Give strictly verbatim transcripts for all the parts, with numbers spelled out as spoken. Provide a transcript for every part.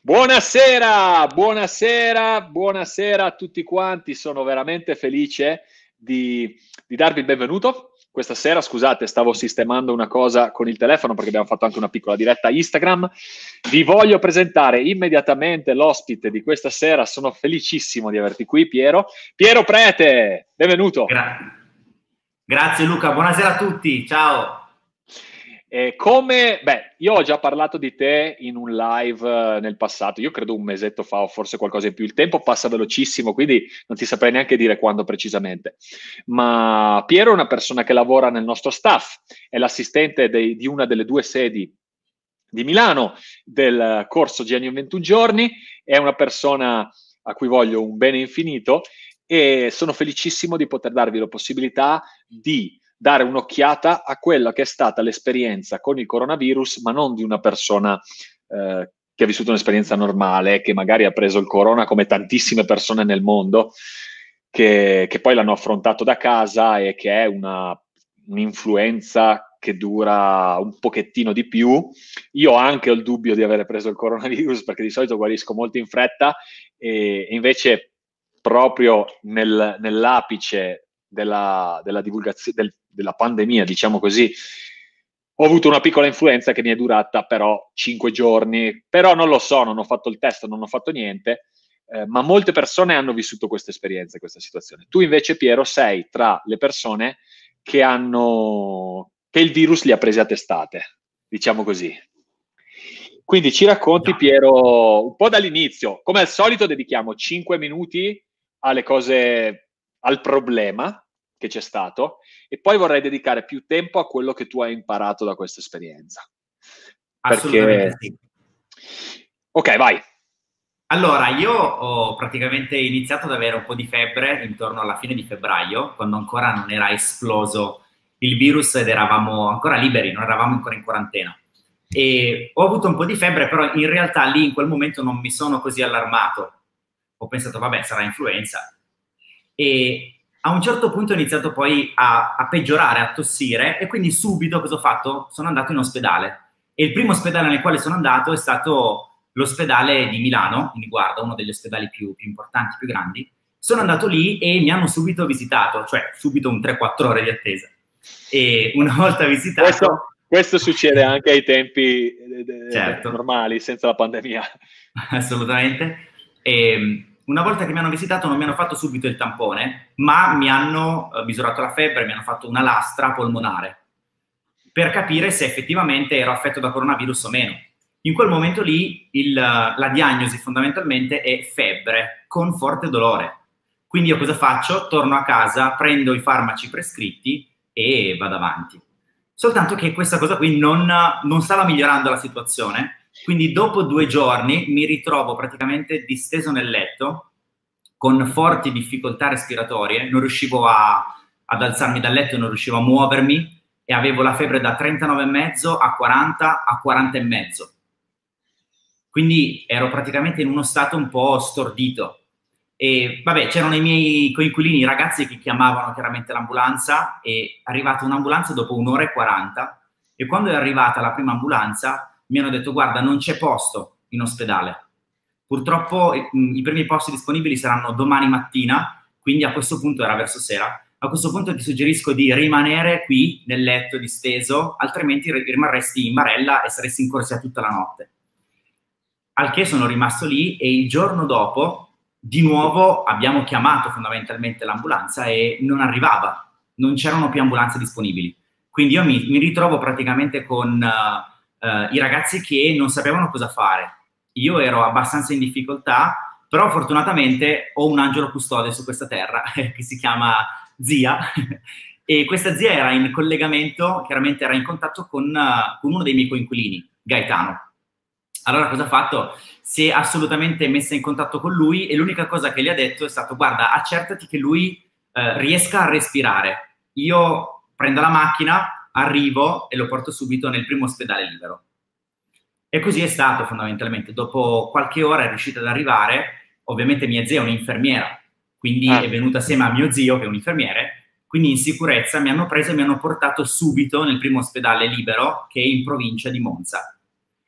Buonasera, buonasera, buonasera a tutti quanti. Sono veramente felice di, di darvi il benvenuto. Questa sera, scusate, stavo sistemando una cosa con il telefono perché abbiamo fatto anche una piccola diretta Instagram. Vi voglio presentare immediatamente l'ospite di questa sera. Sono felicissimo di averti qui, Piero. Piero Prete, benvenuto. Gra Grazie Luca, buonasera a tutti, ciao. Eh, come, beh, io ho già parlato di te in un live eh, nel passato, io credo un mesetto fa o forse qualcosa in più. Il tempo passa velocissimo, quindi non ti saprei neanche dire quando precisamente. Ma Piero è una persona che lavora nel nostro staff, è l'assistente dei- di una delle due sedi di Milano del corso Genio in ventuno giorni, è una persona a cui voglio un bene infinito e sono felicissimo di poter darvi la possibilità di dare un'occhiata a quella che è stata l'esperienza con il coronavirus, ma non di una persona eh, che ha vissuto un'esperienza normale, che magari ha preso il corona come tantissime persone nel mondo, che, che poi l'hanno affrontato da casa e che è una, un'influenza che dura un pochettino di più. Io anche ho il dubbio di aver preso il coronavirus perché di solito guarisco molto in fretta e, e invece proprio nel, nell'apice della, della divulgazione del, della pandemia, diciamo così, ho avuto una piccola influenza che mi è durata però cinque giorni, però non lo so, non ho fatto il test, non ho fatto niente, eh, ma molte persone hanno vissuto questa esperienza, questa situazione. Tu invece, Piero, sei tra le persone che hanno, che il virus li ha presi a testate, diciamo così. Quindi ci racconti, Piero, un po' dall'inizio. Come al solito dedichiamo cinque minuti alle cose, al problema che c'è stato e poi vorrei dedicare più tempo a quello che tu hai imparato da questa esperienza. Assolutamente Perché... sì. Ok, vai. Allora, io ho praticamente iniziato ad avere un po' di febbre intorno alla fine di febbraio, quando ancora non era esploso il virus ed eravamo ancora liberi, non eravamo ancora in quarantena. E ho avuto un po' di febbre, però in realtà lì in quel momento non mi sono così allarmato. Ho pensato, vabbè, sarà influenza. E a un certo punto ho iniziato poi a, a peggiorare, a tossire, e quindi subito cosa ho fatto? Sono andato in ospedale. E il primo ospedale nel quale sono andato è stato l'ospedale di Milano, quindi guarda, uno degli ospedali più, più importanti, più grandi. Sono andato lì e mi hanno subito visitato, cioè subito un tre quattro ore di attesa. E una volta visitato... Questo, questo succede anche ai tempi eh, eh, Certo. normali, senza la pandemia. Assolutamente. E una volta che mi hanno visitato non mi hanno fatto subito il tampone, ma mi hanno eh, misurato la febbre, mi hanno fatto una lastra polmonare per capire se effettivamente ero affetto da coronavirus o meno. In quel momento lì il, la diagnosi fondamentalmente è febbre con forte dolore. Quindi io cosa faccio? Torno a casa, prendo i farmaci prescritti e vado avanti. Soltanto che questa cosa qui non, non stava migliorando la situazione, quindi dopo due giorni mi ritrovo praticamente disteso nel letto, con forti difficoltà respiratorie, non riuscivo a, ad alzarmi dal letto, non riuscivo a muovermi e avevo la febbre da trentanove e mezzo a quaranta a quaranta e mezzo. Quindi ero praticamente in uno stato un po' stordito. E vabbè, c'erano i miei coinquilini, i ragazzi che chiamavano chiaramente l'ambulanza, e è arrivata un'ambulanza dopo un'ora e quaranta, e quando è arrivata la prima ambulanza mi hanno detto guarda, non c'è posto in ospedale. Purtroppo i, i primi posti disponibili saranno domani mattina, quindi a questo punto era verso sera. A questo punto ti suggerisco di rimanere qui nel letto disteso, altrimenti rimarresti in barella e saresti in corsia tutta la notte. Al che sono rimasto lì e il giorno dopo di nuovo abbiamo chiamato fondamentalmente l'ambulanza e non arrivava, non c'erano più ambulanze disponibili. Quindi io mi, mi ritrovo praticamente con uh, uh, i ragazzi che non sapevano cosa fare. Io ero abbastanza in difficoltà, però fortunatamente ho un angelo custode su questa terra che si chiama zia, e questa zia era in collegamento, chiaramente era in contatto con, uh, con uno dei miei coinquilini, Gaetano. Allora cosa ha fatto? Si è assolutamente messa in contatto con lui e l'unica cosa che gli ha detto è stato guarda, accertati che lui eh, riesca a respirare. Io prendo la macchina, arrivo e lo porto subito nel primo ospedale libero. E così è stato fondamentalmente. Dopo qualche ora è riuscita ad arrivare, ovviamente mia zia è un'infermiera, quindi Ah. è venuta assieme a mio zio che è un infermiere, quindi in sicurezza mi hanno preso e mi hanno portato subito nel primo ospedale libero che è in provincia di Monza.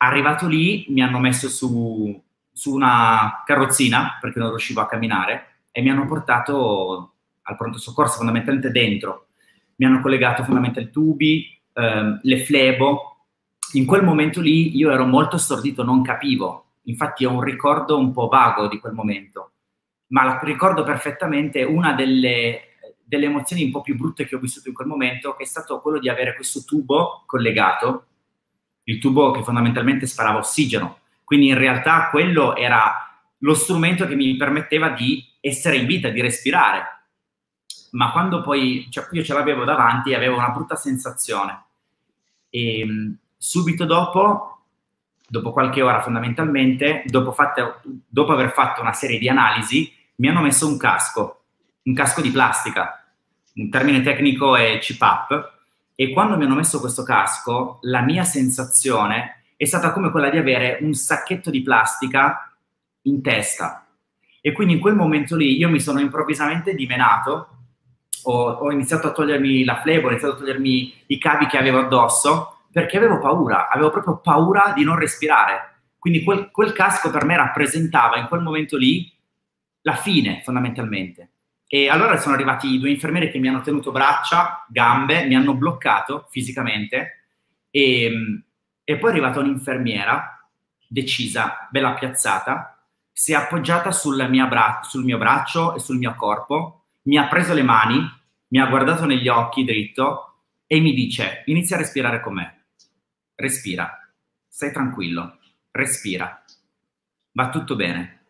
Arrivato lì mi hanno messo su, su una carrozzina perché non riuscivo a camminare e mi hanno portato al pronto soccorso, fondamentalmente dentro. Mi hanno collegato fondamentalmente tubi, ehm, le flebo. In quel momento lì io ero molto stordito, non capivo. Infatti ho un ricordo un po' vago di quel momento, ma la ricordo perfettamente. Una delle, delle emozioni un po' più brutte che ho vissuto in quel momento, che è stato quello di avere questo tubo collegato, il tubo che fondamentalmente sparava ossigeno. Quindi in realtà quello era lo strumento che mi permetteva di essere in vita, di respirare. Ma quando poi, cioè, io ce l'avevo davanti e avevo una brutta sensazione. E subito dopo, dopo qualche ora fondamentalmente, dopo, fatto, dopo aver fatto una serie di analisi, mi hanno messo un casco, un casco di plastica. Un termine tecnico è C PAP. E quando mi hanno messo questo casco, la mia sensazione è stata come quella di avere un sacchetto di plastica in testa. E quindi in quel momento lì io mi sono improvvisamente dimenato, ho, ho iniziato a togliermi la flebo, ho iniziato a togliermi i cavi che avevo addosso, perché avevo paura, avevo proprio paura di non respirare. Quindi quel, quel casco per me rappresentava in quel momento lì la fine, fondamentalmente. E allora sono arrivati i due infermieri che mi hanno tenuto braccia, gambe, mi hanno bloccato fisicamente e, e poi è arrivata un'infermiera decisa, bella piazzata, si è appoggiata sul, mia bra- sul mio braccio e sul mio corpo, mi ha preso le mani, mi ha guardato negli occhi dritto e mi dice: inizia a respirare con me, respira, stai tranquillo, respira, va tutto bene.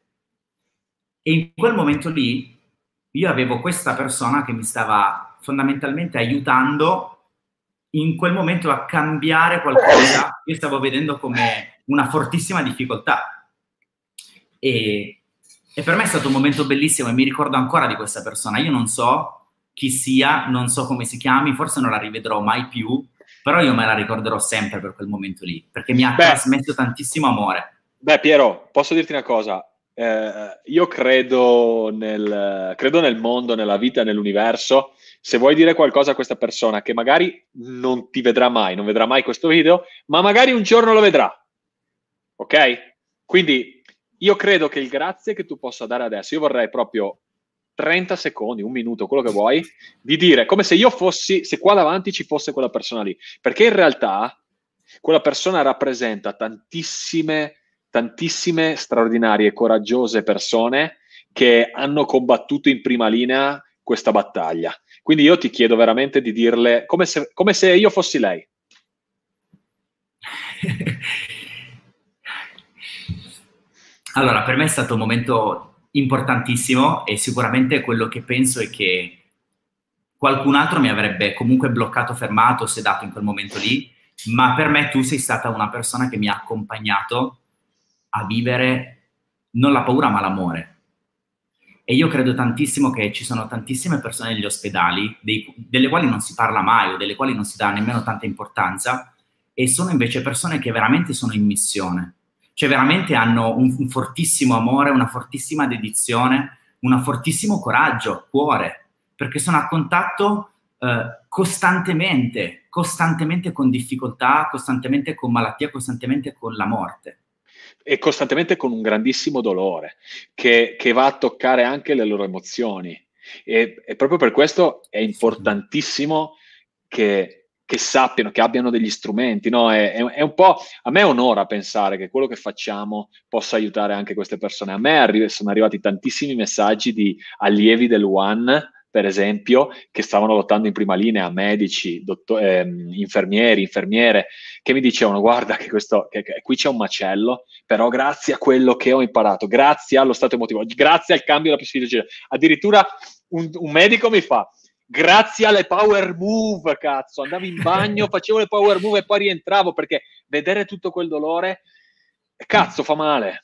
E in quel momento lì io avevo questa persona che mi stava fondamentalmente aiutando in quel momento a cambiare qualcosa che io stavo vedendo come una fortissima difficoltà. E, e per me è stato un momento bellissimo e mi ricordo ancora di questa persona. Io non so chi sia, non so come si chiami, forse non la rivedrò mai più, però io me la ricorderò sempre per quel momento lì, perché mi ha beh, trasmesso tantissimo amore. Beh, Piero, posso dirti una cosa? Eh, io credo nel, credo nel mondo, nella vita, nell'universo. Se vuoi dire qualcosa a questa persona che magari non ti vedrà mai, non vedrà mai questo video, ma magari un giorno lo vedrà, ok? Quindi io credo che il grazie che tu possa dare adesso, io vorrei proprio trenta secondi, un minuto, quello che vuoi, di dire come se io fossi, se qua davanti ci fosse quella persona lì, perché in realtà quella persona rappresenta tantissime tantissime straordinarie e coraggiose persone che hanno combattuto in prima linea questa battaglia. Quindi io ti chiedo veramente di dirle come se, come se io fossi lei. Allora, per me è stato un momento importantissimo e sicuramente quello che penso è che qualcun altro mi avrebbe comunque bloccato, fermato, sedato in quel momento lì, ma per me tu sei stata una persona che mi ha accompagnato a vivere non la paura ma l'amore. E io credo tantissimo che ci sono tantissime persone negli ospedali dei, delle quali non si parla mai o delle quali non si dà nemmeno tanta importanza, e sono invece persone che veramente sono in missione, cioè veramente hanno un, un fortissimo amore, una fortissima dedizione, un fortissimo coraggio, cuore, perché sono a contatto eh, costantemente, costantemente con difficoltà, costantemente con malattia, costantemente con la morte. E costantemente con un grandissimo dolore che, che va a toccare anche le loro emozioni, e, e proprio per questo è importantissimo che, che sappiano, che abbiano degli strumenti, no? È, è, è un po', a me onora pensare che quello che facciamo possa aiutare anche queste persone. A me arri- sono arrivati tantissimi messaggi di allievi del One, per esempio, che stavano lottando in prima linea, medici, dottor- ehm, infermieri, infermiere, che mi dicevano: guarda che, questo, che, che qui c'è un macello, però grazie a quello che ho imparato, grazie allo stato emotivo, grazie al cambio della psicologia, addirittura un, un medico mi fa: grazie alle power move, cazzo, andavo in bagno, facevo le power move e poi rientravo, perché vedere tutto quel dolore, cazzo, fa male.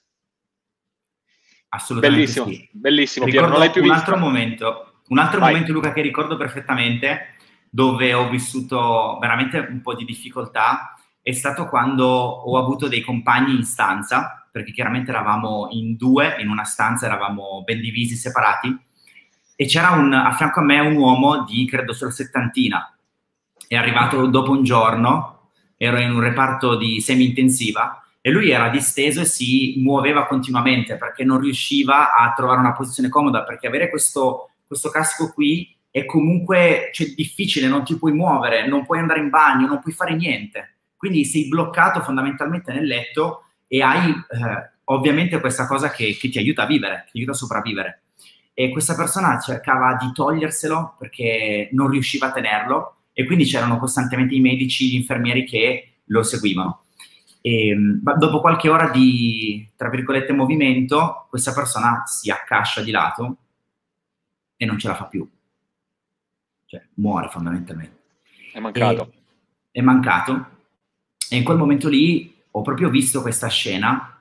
Assolutamente bellissimo, sì. bellissimo. Ricordo Piero, non l'hai più un vista? altro momento, un altro Vai. momento, Luca, che ricordo perfettamente, dove ho vissuto veramente un po' di difficoltà, è stato quando ho avuto dei compagni in stanza, perché chiaramente eravamo in due, in una stanza, eravamo ben divisi, separati, e c'era un, a fianco a me un uomo di, credo, sulla settantina. È arrivato dopo un giorno, ero in un reparto di semi-intensiva, e lui era disteso e si muoveva continuamente perché non riusciva a trovare una posizione comoda, perché avere questo, questo casco qui è comunque, cioè, difficile, non ti puoi muovere, non puoi andare in bagno, non puoi fare niente. Quindi sei bloccato fondamentalmente nel letto e hai eh, ovviamente questa cosa che, che ti aiuta a vivere, che ti aiuta a sopravvivere. E questa persona cercava di toglierselo perché non riusciva a tenerlo, e quindi c'erano costantemente i medici, gli infermieri che lo seguivano. E, dopo qualche ora di, tra virgolette, movimento, questa persona si accascia di lato e non ce la fa più. Cioè, muore fondamentalmente. È mancato. E, è mancato. E in quel momento lì ho proprio visto questa scena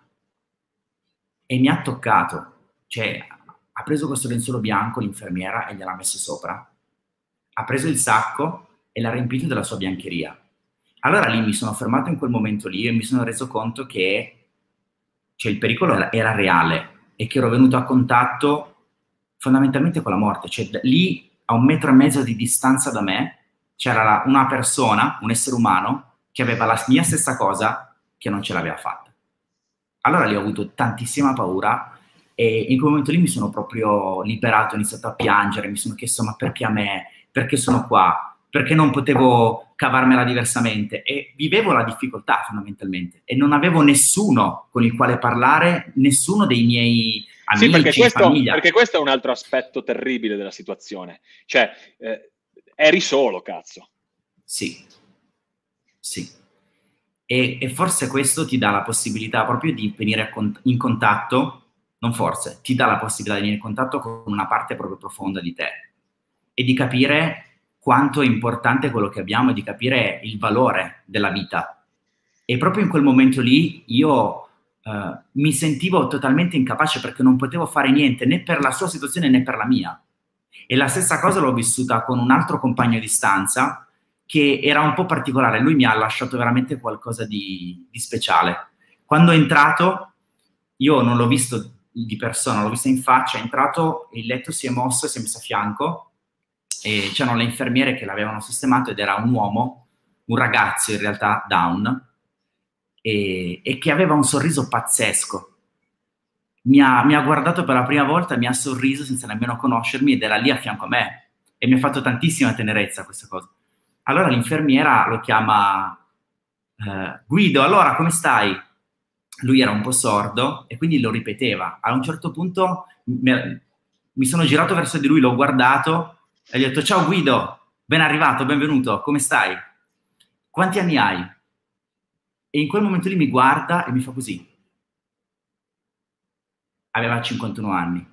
e mi ha toccato. Cioè, ha preso questo lenzuolo bianco l'infermiera e gliel'ha messo sopra. Ha preso il sacco e l'ha riempito della sua biancheria. Allora lì mi sono fermato in quel momento lì e mi sono reso conto che, cioè, il pericolo era, era reale e che ero venuto a contatto fondamentalmente con la morte. Cioè, lì, a un metro e mezzo di distanza da me, c'era una persona, un essere umano, che aveva la mia stessa cosa, che non ce l'aveva fatta. Allora lì ho avuto tantissima paura e in quel momento lì mi sono proprio liberato, ho iniziato a piangere, mi sono chiesto ma perché a me, perché sono qua, perché non potevo cavarmela diversamente, e vivevo la difficoltà fondamentalmente e non avevo nessuno con il quale parlare, nessuno dei miei amici, sì, perché questo, famiglia. Perché questo è un altro aspetto terribile della situazione, cioè eh, eri solo, cazzo. Sì, sì. E, e forse questo ti dà la possibilità proprio di venire in contatto, non forse, ti dà la possibilità di venire in contatto con una parte proprio profonda di te e di capire quanto è importante quello che abbiamo e di capire il valore della vita. E proprio in quel momento lì io eh, mi sentivo totalmente incapace perché non potevo fare niente né per la sua situazione né per la mia. E la stessa cosa l'ho vissuta con un altro compagno di stanza che era un po' particolare. Lui mi ha lasciato veramente qualcosa di, di speciale. Quando è entrato, io non l'ho visto di persona, l'ho visto in faccia, è entrato, il letto si è mosso, si è messo a fianco e c'erano le infermiere che l'avevano sistemato ed era un uomo, un ragazzo in realtà, Down, e, e che aveva un sorriso pazzesco. Mi ha, mi ha guardato per la prima volta, mi ha sorriso senza nemmeno conoscermi ed era lì a fianco a me e mi ha fatto tantissima tenerezza questa cosa. Allora l'infermiera lo chiama eh, Guido, allora come stai? Lui era un po' sordo e quindi lo ripeteva. A un certo punto mi, mi sono girato verso di lui, l'ho guardato e gli ho detto ciao Guido, ben arrivato, benvenuto, come stai? Quanti anni hai? E in quel momento lì mi guarda e mi fa così. Aveva cinquantuno anni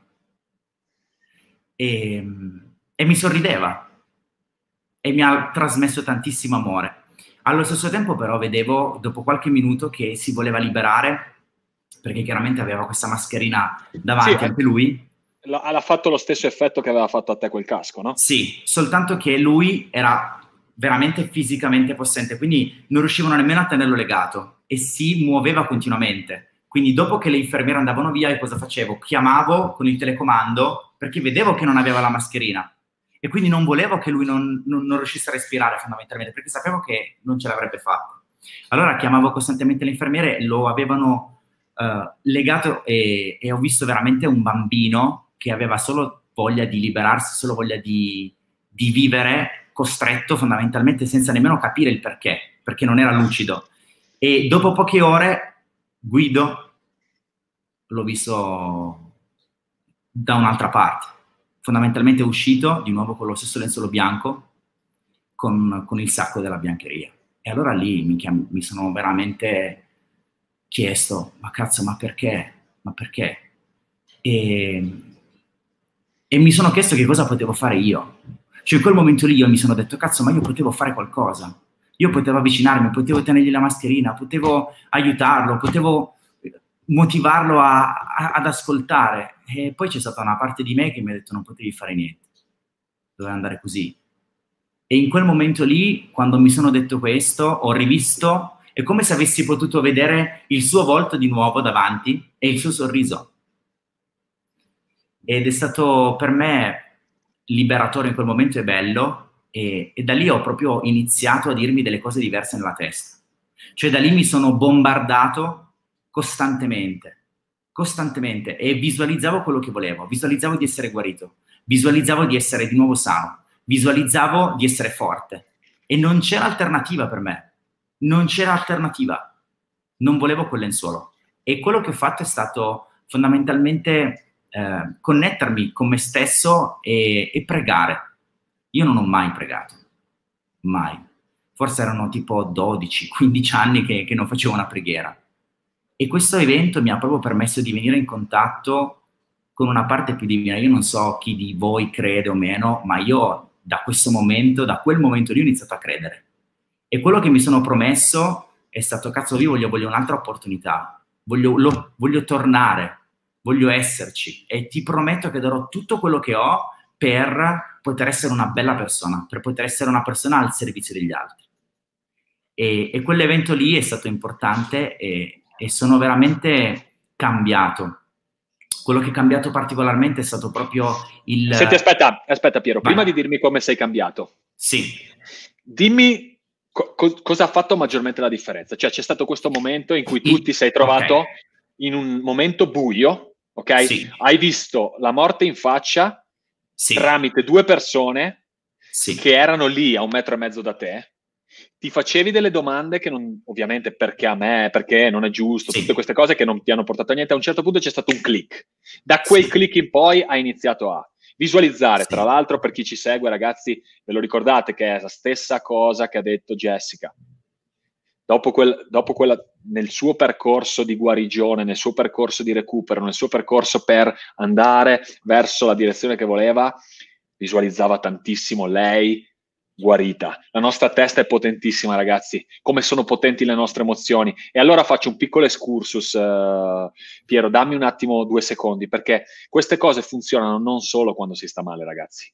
e, e mi sorrideva e mi ha trasmesso tantissimo amore. Allo stesso tempo però vedevo dopo qualche minuto che si voleva liberare perché chiaramente aveva questa mascherina davanti, sì, anche lui. Ha fatto lo stesso effetto che aveva fatto a te quel casco, no? Sì, soltanto che lui era veramente fisicamente possente, quindi non riuscivano nemmeno a tenerlo legato e si muoveva continuamente. Quindi dopo che le infermiere andavano via, io cosa facevo? Chiamavo con il telecomando perché vedevo che non aveva la mascherina e quindi non volevo che lui non, non, non riuscisse a respirare fondamentalmente perché sapevo che non ce l'avrebbe fatta. Allora chiamavo costantemente le infermiere, lo avevano uh, legato e, e ho visto veramente un bambino che aveva solo voglia di liberarsi, solo voglia di, di vivere, costretto fondamentalmente senza nemmeno capire il perché, perché non era lucido. E dopo poche ore Guido l'ho visto da un'altra parte, fondamentalmente è uscito di nuovo con lo stesso lenzuolo bianco, con, con il sacco della biancheria. E allora lì mi, mi sono veramente chiesto, ma cazzo, ma perché? Ma perché? E, e mi sono chiesto che cosa potevo fare io. Cioè in quel momento lì io mi sono detto, cazzo, ma io potevo fare qualcosa. Io potevo avvicinarmi, potevo tenergli la mascherina, potevo aiutarlo, potevo motivarlo a, a, ad ascoltare. E poi c'è stata una parte di me che mi ha detto non potevi fare niente, doveva andare così. E in quel momento lì, quando mi sono detto questo, ho rivisto, è come se avessi potuto vedere il suo volto di nuovo davanti e il suo sorriso. Ed è stato per me liberatore in quel momento e bello, e, e da lì ho proprio iniziato a dirmi delle cose diverse nella testa. Cioè da lì mi sono bombardato costantemente, costantemente, e visualizzavo quello che volevo, visualizzavo di essere guarito, visualizzavo di essere di nuovo sano, visualizzavo di essere forte, e non c'era alternativa per me, non c'era alternativa, non volevo quel lenzuolo. E quello che ho fatto è stato fondamentalmente eh, connettermi con me stesso e, e pregare. Io non ho mai pregato, mai. Forse erano tipo dodici quindici anni che, che non facevo una preghiera. E questo evento mi ha proprio permesso di venire in contatto con una parte più divina. Io non so chi di voi crede o meno, ma io da questo momento, da quel momento lì ho iniziato a credere. E quello che mi sono promesso è stato, cazzo, io voglio, voglio un'altra opportunità, voglio, lo, voglio tornare, voglio esserci, e ti prometto che darò tutto quello che ho per poter essere una bella persona, per poter essere una persona al servizio degli altri. E, e quell'evento lì è stato importante, e, e sono veramente cambiato. Quello che è cambiato particolarmente è stato proprio il... Senti, aspetta, aspetta Piero, Vai. prima di dirmi come sei cambiato, sì, dimmi co- co- cosa ha fatto maggiormente la differenza. Cioè, c'è stato questo momento in cui tu Il- ti sei trovato ok. in un momento buio, ok? Sì. Hai visto la morte in faccia Sì. tramite due persone Sì. che erano lì a un metro e mezzo da te. Ti facevi delle domande che non, ovviamente, perché a me, perché non è giusto, Sì. tutte queste cose che non ti hanno portato a niente. A un certo punto c'è stato un click. Da quel Sì. click in poi hai iniziato a visualizzare. Sì. Tra l'altro, per chi ci segue, ragazzi, ve lo ricordate che è la stessa cosa che ha detto Jessica. Dopo, quel, dopo quella, nel suo percorso di guarigione, nel suo percorso di recupero, nel suo percorso per andare verso la direzione che voleva, visualizzava tantissimo lei guarita. La nostra testa è potentissima, ragazzi, come sono potenti le nostre emozioni. E allora faccio un piccolo excursus, uh, Piero, dammi un attimo due secondi, perché queste cose funzionano non solo quando si sta male, ragazzi.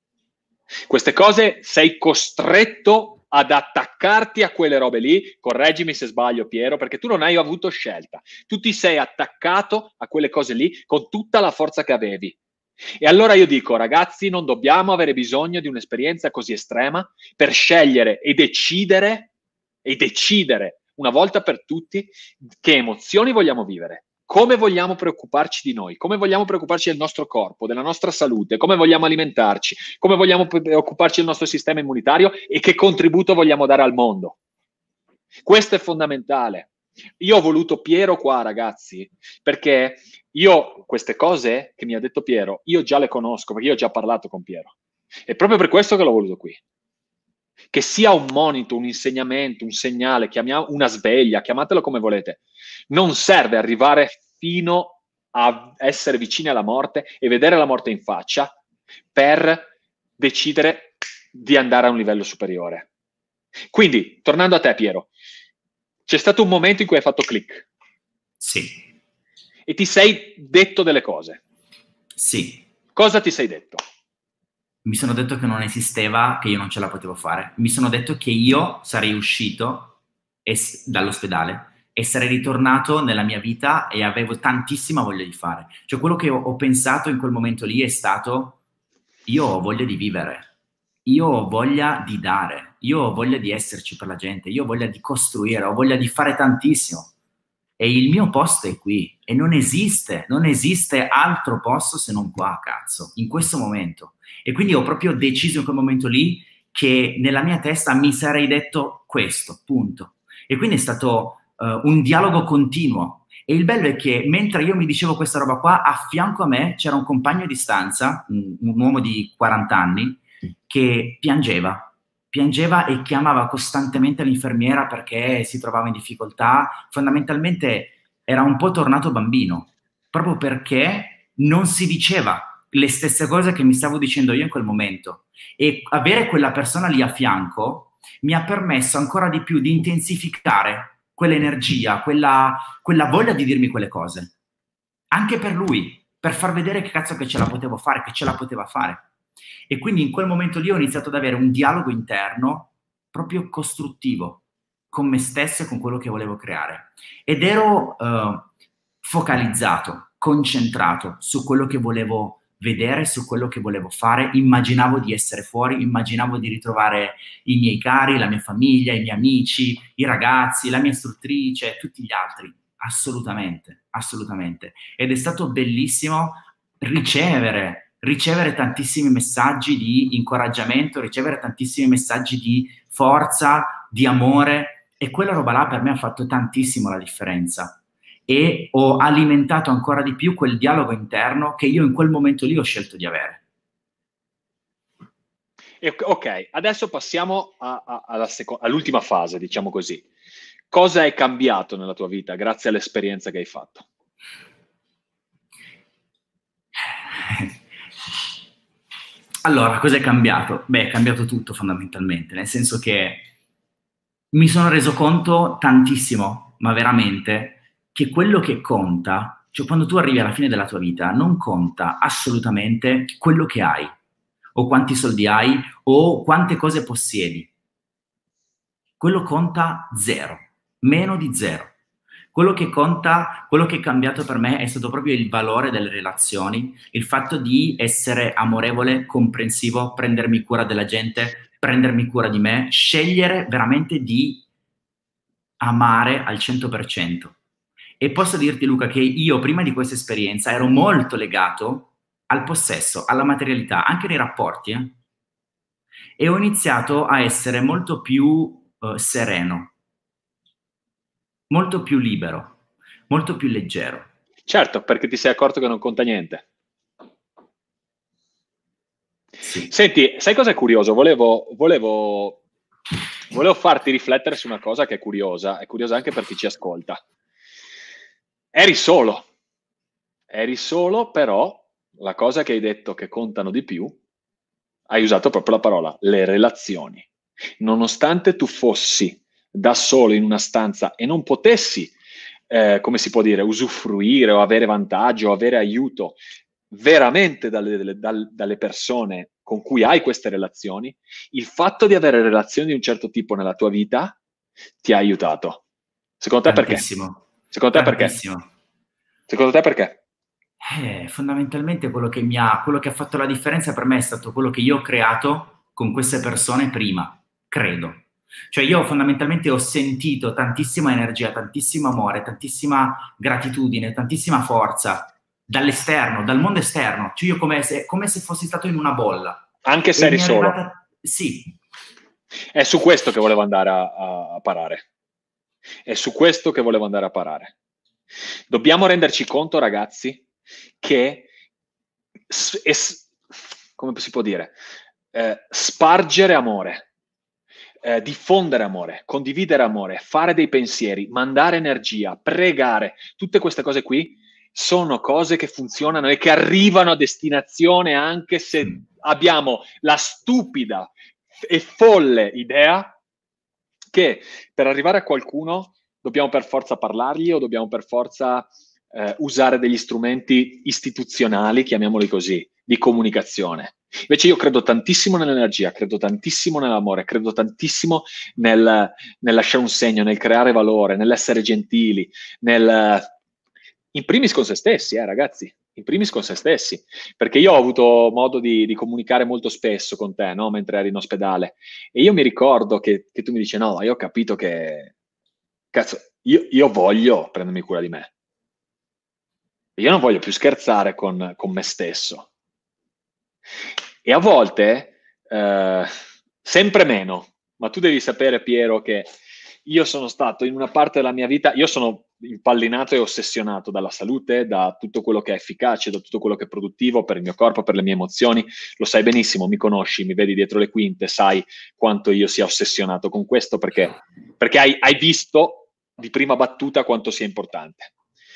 Queste cose sei costretto ad attaccarti a quelle robe lì, correggimi se sbaglio Piero, perché tu non hai avuto scelta, tu ti sei attaccato a quelle cose lì con tutta la forza che avevi. E allora io dico, ragazzi, non dobbiamo avere bisogno di un'esperienza così estrema per scegliere e decidere, e decidere una volta per tutti che emozioni vogliamo vivere, come vogliamo preoccuparci di noi, come vogliamo preoccuparci del nostro corpo, della nostra salute, come vogliamo alimentarci, come vogliamo preoccuparci del nostro sistema immunitario e che contributo vogliamo dare al mondo. Questo è fondamentale. Io ho voluto Piero qua, ragazzi, perché io queste cose che mi ha detto Piero, io già le conosco, perché io ho già parlato con Piero. È proprio per questo che l'ho voluto qui. Che sia un monito, un insegnamento, un segnale, chiamiamo, una sveglia, chiamatelo come volete. Non serve arrivare fino a essere vicini alla morte e vedere la morte in faccia per decidere di andare a un livello superiore. Quindi, tornando a te, Piero, c'è stato un momento in cui hai fatto click. Sì. E ti sei detto delle cose. Sì. Cosa ti sei detto? Mi sono detto che non esisteva, che io non ce la potevo fare. Mi sono detto che io sarei uscito es- dall'ospedale e sarei ritornato nella mia vita e avevo tantissima voglia di fare. Cioè, quello che ho, ho pensato in quel momento lì è stato: io ho voglia di vivere, io ho voglia di dare, io ho voglia di esserci per la gente, io ho voglia di costruire, ho voglia di fare tantissimo. E il mio posto è qui, e non esiste, non esiste altro posto se non qua, cazzo, in questo momento. E quindi ho proprio deciso in quel momento lì che nella mia testa mi sarei detto questo, punto. E quindi è stato uh, un dialogo continuo. E il bello è che mentre io mi dicevo questa roba qua, a fianco a me c'era un compagno di stanza, un, un uomo di quaranta anni, che piangeva. Piangeva e chiamava costantemente l'infermiera perché si trovava in difficoltà. Fondamentalmente era un po' tornato bambino, proprio perché non si diceva le stesse cose che mi stavo dicendo io in quel momento. E avere quella persona lì a fianco mi ha permesso ancora di più di intensificare quell'energia, quella, quella voglia di dirmi quelle cose. Anche per lui, per far vedere che cazzo che ce la potevo fare, che ce la poteva fare. E quindi in quel momento lì ho iniziato ad avere un dialogo interno proprio costruttivo con me stesso e con quello che volevo creare. Ed ero uh, focalizzato, concentrato su quello che volevo vedere, su quello che volevo fare. Immaginavo di essere fuori, immaginavo di ritrovare i miei cari, la mia famiglia, i miei amici, i ragazzi, la mia istruttrice, tutti gli altri assolutamente, assolutamente. Ed è stato bellissimo ricevere, ricevere tantissimi messaggi di incoraggiamento, ricevere tantissimi messaggi di forza, di amore, e quella roba là per me ha fatto tantissimo la differenza. E ho alimentato ancora di più quel dialogo interno che io in quel momento lì ho scelto di avere. Ok, adesso passiamo a, a, alla seco- all'ultima fase, diciamo così. Cosa è cambiato nella tua vita grazie all'esperienza che hai fatto? Allora, cosa è cambiato? Beh, è cambiato tutto fondamentalmente, nel senso che mi sono reso conto tantissimo, ma veramente, che quello che conta, cioè quando tu arrivi alla fine della tua vita, non conta assolutamente quello che hai, o quanti soldi hai, o quante cose possiedi. Quello conta zero, meno di zero. Quello che conta, quello che è cambiato per me è stato proprio il valore delle relazioni, il fatto di essere amorevole, comprensivo, prendermi cura della gente, prendermi cura di me, scegliere veramente di amare al cento per cento. E posso dirti, Luca, che io prima di questa esperienza ero molto legato al possesso, alla materialità, anche nei rapporti, eh? E ho iniziato a essere molto più uh, sereno, molto più libero, molto più leggero. Certo, perché ti sei accorto che non conta niente. Sì. Senti, sai cosa è curioso? Volevo, volevo, volevo farti riflettere su una cosa che è curiosa, è curiosa anche per chi ci ascolta. Eri solo, eri solo, però la cosa che hai detto che contano di più, hai usato proprio la parola, le relazioni. Nonostante tu fossi da solo in una stanza e non potessi, eh, come si può dire, usufruire o avere vantaggio o avere aiuto veramente dalle, dalle, dalle persone con cui hai queste relazioni, il fatto di avere relazioni di un certo tipo nella tua vita ti ha aiutato. Secondo te Tantissimo. perché? Secondo te Tantissimo. perché? Secondo te perché? Eh, fondamentalmente quello che mi ha, quello che ha fatto la differenza per me è stato quello che io ho creato con queste persone prima, credo. Cioè io fondamentalmente ho sentito tantissima energia, tantissimo amore, tantissima gratitudine, tantissima forza dall'esterno, dal mondo esterno. Cioè io come se, come se fossi stato in una bolla. Anche se E eri mi è solo. arrivata... Sì. È su questo che volevo andare a, a, a parare. È su questo che volevo andare a parare. Dobbiamo renderci conto, ragazzi, che es, come si può dire, eh, spargere amore, eh, diffondere amore, condividere amore, fare dei pensieri, mandare energia, pregare, tutte queste cose qui sono cose che funzionano e che arrivano a destinazione anche se mm. abbiamo la stupida e folle idea che per arrivare a qualcuno dobbiamo per forza parlargli o dobbiamo per forza eh, usare degli strumenti istituzionali, chiamiamoli così, di comunicazione. Invece io credo tantissimo nell'energia, credo tantissimo nell'amore, credo tantissimo nel, nel lasciare un segno, nel creare valore, nell'essere gentili, nel... in primis con se stessi, eh, ragazzi, in primis con se stessi, perché io ho avuto modo di, di comunicare molto spesso con te, no? Mentre eri in ospedale, e io mi ricordo che, che tu mi dici, no, io ho capito che, cazzo, io, io voglio prendermi cura di me, io non voglio più scherzare con, con me stesso, e a volte, eh, sempre meno, ma tu devi sapere, Piero, che io sono stato in una parte della mia vita, io sono impallinato e ossessionato dalla salute, da tutto quello che è efficace, da tutto quello che è produttivo per il mio corpo, per le mie emozioni. Lo sai benissimo, mi conosci, mi vedi dietro le quinte, sai quanto io sia ossessionato con questo, perché, perché hai, hai visto di prima battuta quanto sia importante.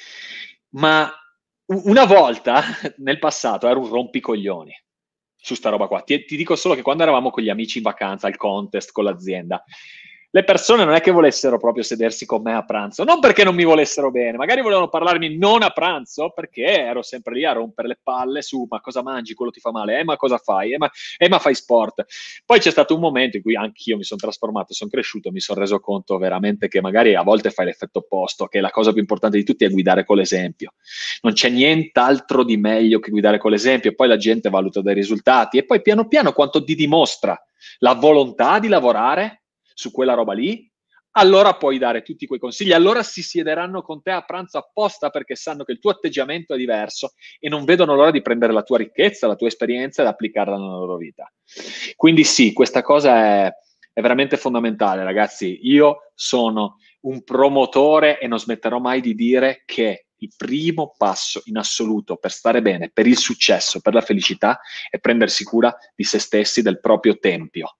Ma una volta, nel passato, ero un rompicoglioni su sta roba qua. Ti, ti dico solo che quando eravamo con gli amici in vacanza, al contest, con l'azienda, le persone non è che volessero proprio sedersi con me a pranzo, non perché non mi volessero bene, magari volevano parlarmi non a pranzo, perché ero sempre lì a rompere le palle su ma cosa mangi, quello ti fa male, eh ma cosa fai, eh ma, eh, ma fai sport. Poi c'è stato un momento in cui anch'io mi sono trasformato, sono cresciuto, mi sono reso conto veramente che magari a volte fai l'effetto opposto, che la cosa più importante di tutti è guidare con l'esempio. Non c'è nient'altro di meglio che guidare con l'esempio, poi la gente valuta dei risultati e poi piano piano quanto ti dimostra la volontà di lavorare su quella roba lì, allora puoi dare tutti quei consigli, allora si siederanno con te a pranzo apposta perché sanno che il tuo atteggiamento è diverso e non vedono l'ora di prendere la tua ricchezza, la tua esperienza ed applicarla nella loro vita. Quindi sì, questa cosa è, è veramente fondamentale, ragazzi. Io sono un promotore e non smetterò mai di dire che il primo passo in assoluto per stare bene, per il successo, per la felicità, è prendersi cura di se stessi, del proprio tempio.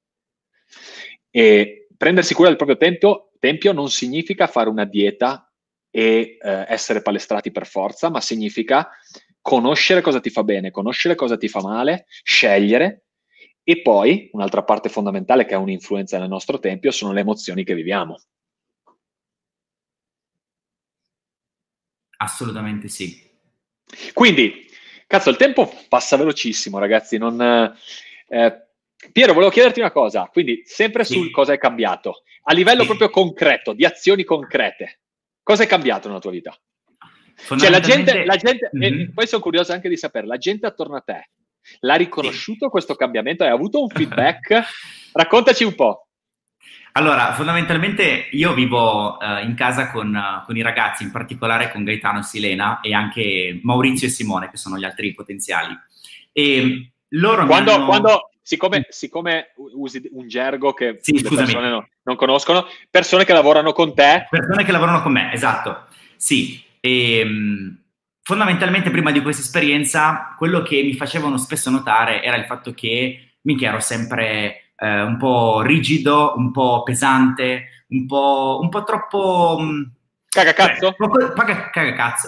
E prendersi cura del proprio tempio, tempio non significa fare una dieta e eh, essere palestrati per forza, ma significa conoscere cosa ti fa bene, conoscere cosa ti fa male, scegliere. E poi, un'altra parte fondamentale che ha un'influenza nel nostro tempio sono le emozioni che viviamo. Assolutamente sì. Quindi, cazzo, il tempo passa velocissimo, ragazzi. Non, eh, Piero, volevo chiederti una cosa. Quindi, sempre Sì. sul cosa è cambiato. A livello Sì. proprio concreto, di azioni concrete. Cosa è cambiato nella tua vita? Cioè, la Fondamentalmente... gente, la gente mm-hmm. e poi sono curioso anche di sapere, la gente attorno a te l'ha riconosciuto sì. questo cambiamento? Hai avuto un feedback? Raccontaci un po'. Allora, fondamentalmente io vivo uh, in casa con, uh, con i ragazzi, in particolare con Gaetano e Silena e anche Maurizio e Simone, che sono gli altri potenziali. E loro quando, mi hanno... quando siccome, siccome usi un gergo che sì, le scusami. persone no, non conoscono, persone che lavorano con te. Persone che lavorano con me, esatto. Sì, e, um, fondamentalmente prima di questa esperienza quello che mi facevano spesso notare era il fatto che minchia, ero sempre... Eh, un po' rigido, un po' pesante, un po', un po' troppo... Mh, cagacazzo? Poco, cagacazzo.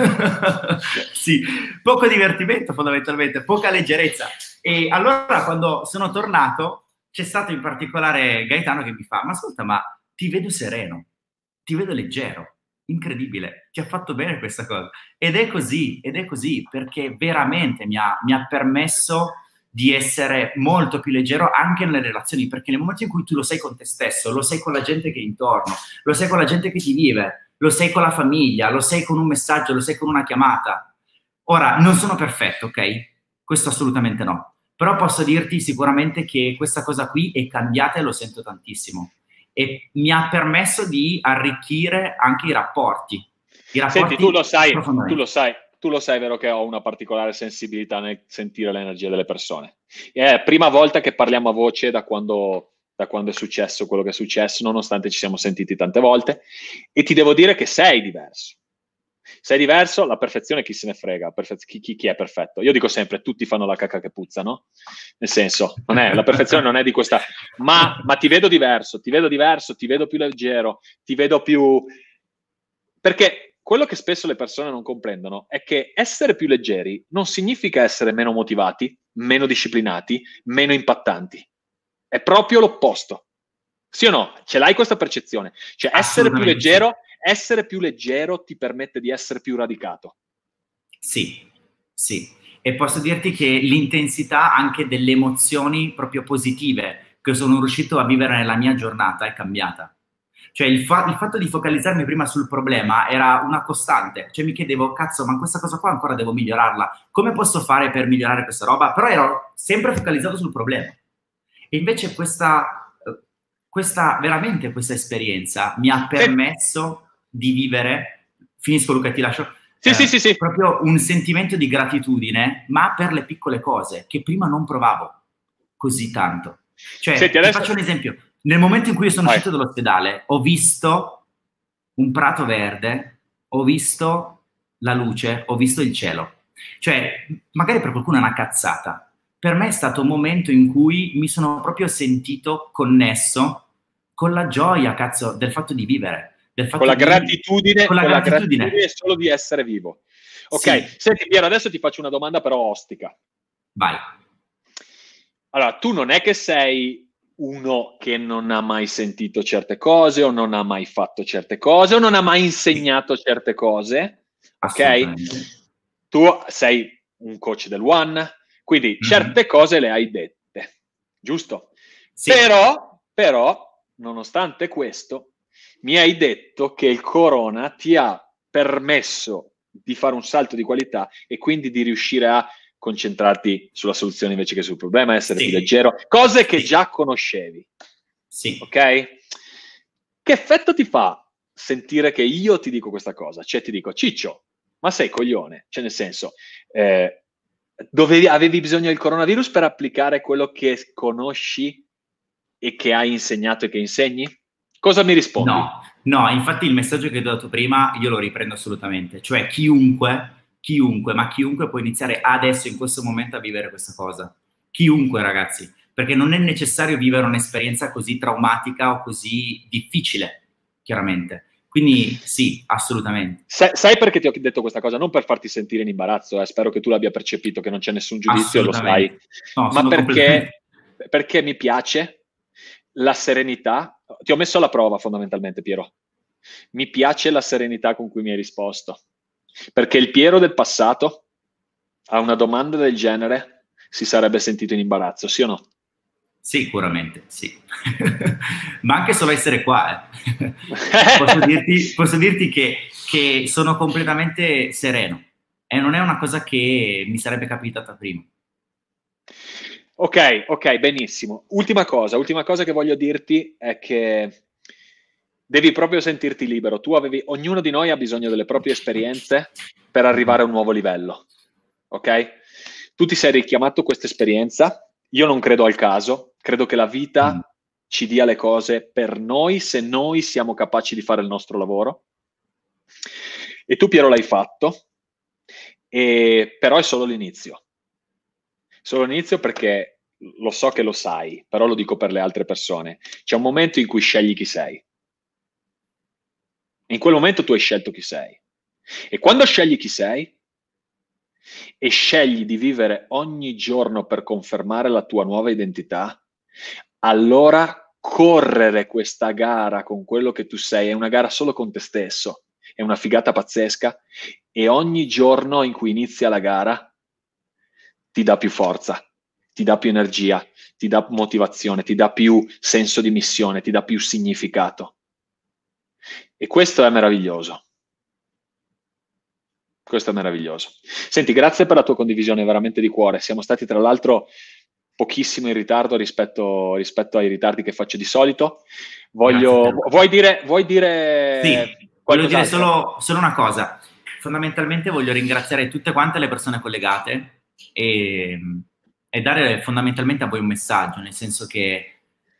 Sì, poco divertimento fondamentalmente, poca leggerezza. E allora quando sono tornato c'è stato in particolare Gaetano che mi fa: ma ascolta, ma ti vedo sereno, ti vedo leggero, incredibile, ti ha fatto bene questa cosa. Ed è così, ed è così, perché veramente mi ha, mi ha permesso di essere molto più leggero anche nelle relazioni, perché nel momento in cui tu lo sei con te stesso, lo sei con la gente che è intorno, lo sei con la gente che ti vive, lo sei con la famiglia, lo sei con un messaggio, lo sei con una chiamata. Ora, non sono perfetto, ok? Questo assolutamente no. Però posso dirti sicuramente che questa cosa qui è cambiata e lo sento tantissimo. E mi ha permesso di arricchire anche i rapporti. I rapporti Senti, tu lo sai, tu lo sai. Tu lo sai, vero, che ho una particolare sensibilità nel sentire l'energia delle persone. È la prima volta che parliamo a voce da quando, da quando è successo quello che è successo, nonostante ci siamo sentiti tante volte, e ti devo dire che sei diverso. Sei diverso, la perfezione chi se ne frega, perfez- chi, chi, chi è perfetto? Io dico sempre, tutti fanno la cacca che puzza, no? Nel senso, non è, la perfezione non è di questa... Ma, ma ti vedo diverso, ti vedo diverso, ti vedo più leggero, ti vedo più... Perché... quello che spesso le persone non comprendono è che essere più leggeri non significa essere meno motivati, meno disciplinati, meno impattanti. È proprio l'opposto. Sì o no? Ce l'hai questa percezione? Cioè essere più leggero, sì. essere più leggero ti permette di essere più radicato. Sì, sì. E posso dirti che l'intensità anche delle emozioni proprio positive che sono riuscito a vivere nella mia giornata è cambiata. Cioè il, fa- il fatto di focalizzarmi prima sul problema era una costante, cioè mi chiedevo, cazzo, ma questa cosa qua ancora devo migliorarla, come posso fare per migliorare questa roba? Però ero sempre focalizzato sul problema. E invece questa, questa veramente questa esperienza mi ha permesso di vivere, finisco Luca, ti lascio, sì, eh, sì, sì, sì. proprio un sentimento di gratitudine, ma per le piccole cose, che prima non provavo così tanto. Cioè, Senti, ti adesso... faccio un esempio. Nel momento in cui io sono Vai. uscito dall'ospedale, ho visto un prato verde, ho visto la luce, ho visto il cielo. Cioè, magari per qualcuno è una cazzata. Per me è stato un momento in cui mi sono proprio sentito connesso con la gioia, cazzo, del fatto di vivere. Del fatto con la di... gratitudine, con la con gratitudine. la gratitudine solo di essere vivo. Ok, sì. Senti Piero, adesso ti faccio una domanda però ostica. Vai. Allora, tu non è che sei uno che non ha mai sentito certe cose o non ha mai fatto certe cose o non ha mai insegnato certe cose, ok? Tu sei un coach del One, quindi mm-hmm. certe cose le hai dette, giusto? Sì. Però, però, nonostante questo, mi hai detto che il Corona ti ha permesso di fare un salto di qualità e quindi di riuscire a concentrarti sulla soluzione invece che sul problema, essere sì. più leggero, cose che sì. già conoscevi. Sì. Ok? che effetto ti fa sentire che io ti dico questa cosa? Cioè ti dico, Ciccio, ma sei coglione? Cioè nel senso, eh, dovevi, avevi bisogno del coronavirus per applicare quello che conosci e che hai insegnato e che insegni? Cosa mi rispondi? No, no, infatti il messaggio che ti ho dato prima io lo riprendo assolutamente, cioè chiunque, chiunque, ma chiunque può iniziare adesso, in questo momento, a vivere questa cosa. Chiunque, ragazzi, perché non è necessario vivere un'esperienza così traumatica o così difficile, chiaramente. Quindi sì, assolutamente. Sai, sai perché ti ho detto questa cosa? Non per farti sentire in imbarazzo, eh, spero che tu l'abbia percepito, che non c'è nessun giudizio e lo sai, No, ma sono completamente... perché, perché mi piace la serenità. Ti ho messo alla prova fondamentalmente, Piero. Mi piace la serenità con cui mi hai risposto, perché il Piero del passato a una domanda del genere si sarebbe sentito in imbarazzo, sì o no? Sicuramente, sì. Ma anche solo essere qua, eh. posso, dirti, posso dirti che, che sono completamente sereno e non è una cosa che mi sarebbe capitata prima. Ok, ok, benissimo. Ultima cosa, ultima cosa che voglio dirti è che devi proprio sentirti libero. Tu avevi, ognuno di noi ha bisogno delle proprie esperienze per arrivare a un nuovo livello, ok? Tu ti sei richiamato questa esperienza, io non credo al caso, credo che la vita mm. ci dia le cose per noi se noi siamo capaci di fare il nostro lavoro. E tu, Piero, l'hai fatto, e, però è solo l'inizio. Solo l'inizio perché lo so che lo sai, però lo dico per le altre persone. C'è un momento in cui scegli chi sei. In quel momento tu hai scelto chi sei. E quando scegli chi sei e scegli di vivere ogni giorno per confermare la tua nuova identità, allora correre questa gara con quello che tu sei è una gara solo con te stesso, è una figata pazzesca, e ogni giorno in cui inizia la gara ti dà più forza, ti dà più energia, ti dà motivazione, ti dà più senso di missione, ti dà più significato. E questo è meraviglioso. Questo è meraviglioso. Senti, grazie per la tua condivisione veramente di cuore. Siamo stati tra l'altro pochissimo in ritardo rispetto, rispetto ai ritardi che faccio di solito. Voglio, vuoi dire, vuoi dire Sì, voglio dire solo, solo una cosa. Fondamentalmente voglio ringraziare tutte quante le persone collegate e, e dare fondamentalmente a voi un messaggio, nel senso che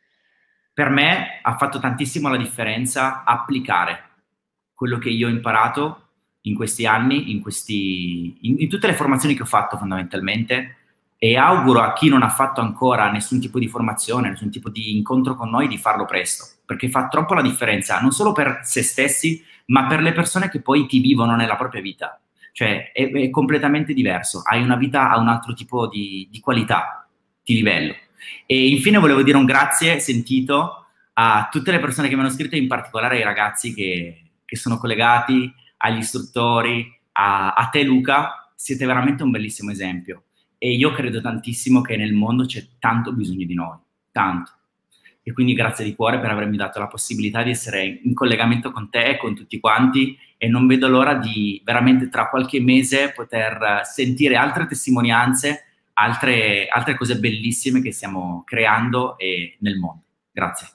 per me ha fatto tantissimo la differenza applicare quello che io ho imparato in questi anni, in, questi, in, in tutte le formazioni che ho fatto fondamentalmente, e auguro a chi non ha fatto ancora nessun tipo di formazione, nessun tipo di incontro con noi, di farlo presto, perché fa troppo la differenza, non solo per se stessi, ma per le persone che poi ti vivono nella propria vita. Cioè è, è completamente diverso, hai una vita a un altro tipo di, di qualità, di livello. E infine volevo dire un grazie sentito a tutte le persone che mi hanno scritto, in particolare ai ragazzi che, che sono collegati, agli istruttori, a, a te Luca, siete veramente un bellissimo esempio. E io credo tantissimo che nel mondo c'è tanto bisogno di noi, tanto. E quindi grazie di cuore per avermi dato la possibilità di essere in collegamento con te e con tutti quanti, e non vedo l'ora di veramente tra qualche mese poter sentire altre testimonianze, altre, altre cose bellissime che stiamo creando e nel mondo. Grazie.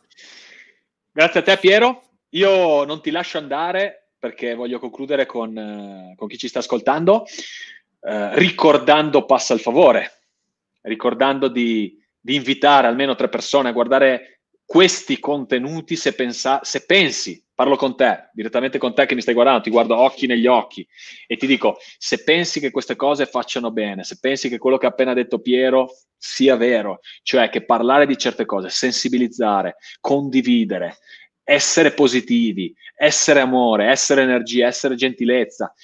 Grazie a te, Piero. Io non ti lascio andare perché voglio concludere con, uh, con chi ci sta ascoltando. Uh, ricordando Passa il favore, ricordando di, di invitare almeno tre persone a guardare questi contenuti se, pensa, se pensi, parlo con te, direttamente con te che mi stai guardando, ti guardo occhi negli occhi e ti dico, se pensi che queste cose facciano bene, se pensi che quello che ha appena detto Piero sia vero, cioè che parlare di certe cose, sensibilizzare, condividere, essere positivi, essere amore, essere energia, essere gentilezza,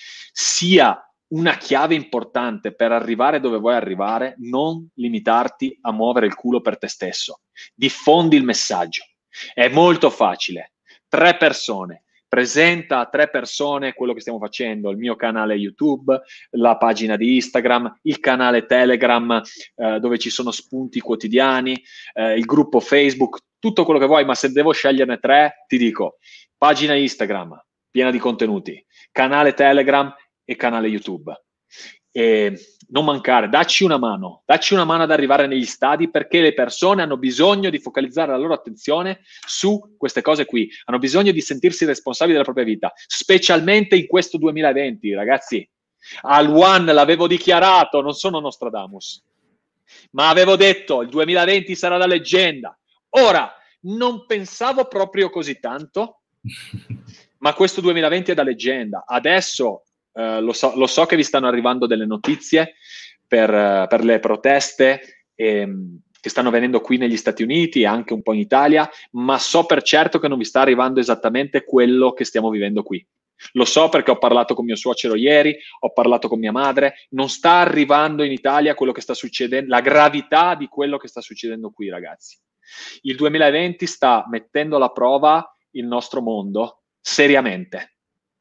sia una chiave importante per arrivare dove vuoi arrivare, non limitarti a muovere il culo per te stesso. Diffondi il messaggio. È molto facile. Tre persone. Presenta a tre persone quello che stiamo facendo, il mio canale YouTube, la pagina di Instagram, il canale Telegram eh, dove ci sono spunti quotidiani, eh, il gruppo Facebook, tutto quello che vuoi, ma se devo sceglierne tre, ti dico, pagina Instagram piena di contenuti, canale Telegram e canale YouTube. E non mancare, dacci una mano, dacci una mano ad arrivare negli stadi, perché le persone hanno bisogno di focalizzare la loro attenzione su queste cose qui, hanno bisogno di sentirsi responsabili della propria vita, specialmente in questo duemilaventi, ragazzi. Al One l'avevo dichiarato, non sono Nostradamus, ma avevo detto il duemilaventi sarà la leggenda. Ora, non pensavo proprio così tanto, ma questo duemilaventi è da leggenda. Adesso Uh, lo, so, lo so che vi stanno arrivando delle notizie per, uh, per le proteste ehm, che stanno avvenendo qui negli Stati Uniti e anche un po' in Italia, ma so per certo che non vi sta arrivando esattamente quello che stiamo vivendo qui. Lo so perché ho parlato con mio suocero ieri, ho parlato con mia madre, non sta arrivando in Italia quello che sta succedendo, la gravità di quello che sta succedendo qui, ragazzi. Il duemilaventi sta mettendo alla prova il nostro mondo seriamente.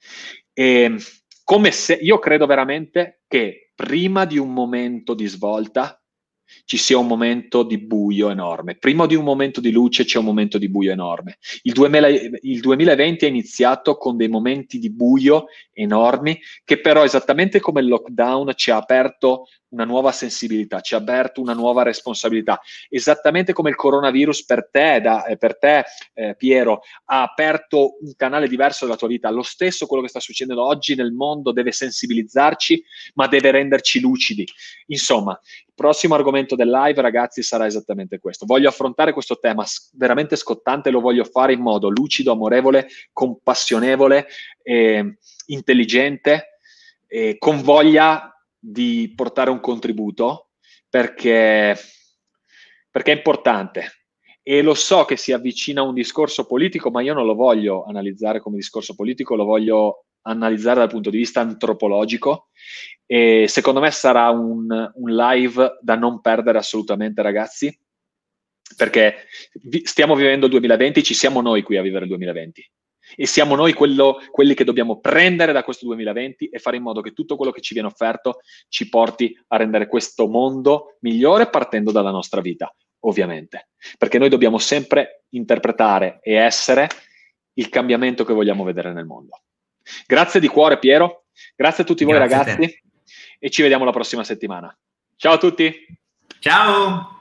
E come se io credo veramente che prima di un momento di svolta ci sia un momento di buio enorme. Prima di un momento di luce c'è un momento di buio enorme. Il, duemila, il duemilaventi è iniziato con dei momenti di buio enormi, che però esattamente come il lockdown ci ha aperto una nuova sensibilità, ci ha aperto una nuova responsabilità. Esattamente come il coronavirus per te, da, eh, per te eh, Piero, ha aperto un canale diverso della tua vita. Lo stesso quello che sta succedendo oggi nel mondo deve sensibilizzarci, ma deve renderci lucidi. Insomma, il prossimo argomento del live, ragazzi, sarà esattamente questo. Voglio affrontare questo tema veramente scottante, lo voglio fare in modo lucido, amorevole, compassionevole, eh, intelligente, eh, con voglia di portare un contributo, perché, perché è importante. E lo so che si avvicina a un discorso politico, ma io non lo voglio analizzare come discorso politico, lo voglio analizzare dal punto di vista antropologico, e secondo me sarà un, un live da non perdere assolutamente, ragazzi, perché vi, stiamo vivendo il duemilaventi, ci siamo noi qui a vivere il duemilaventi e siamo noi quello, quelli che dobbiamo prendere da questo duemilaventi e fare in modo che tutto quello che ci viene offerto ci porti a rendere questo mondo migliore, partendo dalla nostra vita, ovviamente, perché noi dobbiamo sempre interpretare e essere il cambiamento che vogliamo vedere nel mondo. Grazie di cuore, Piero, grazie a tutti voi, Grazie ragazzi, e ci vediamo la prossima settimana. Ciao a tutti! Ciao!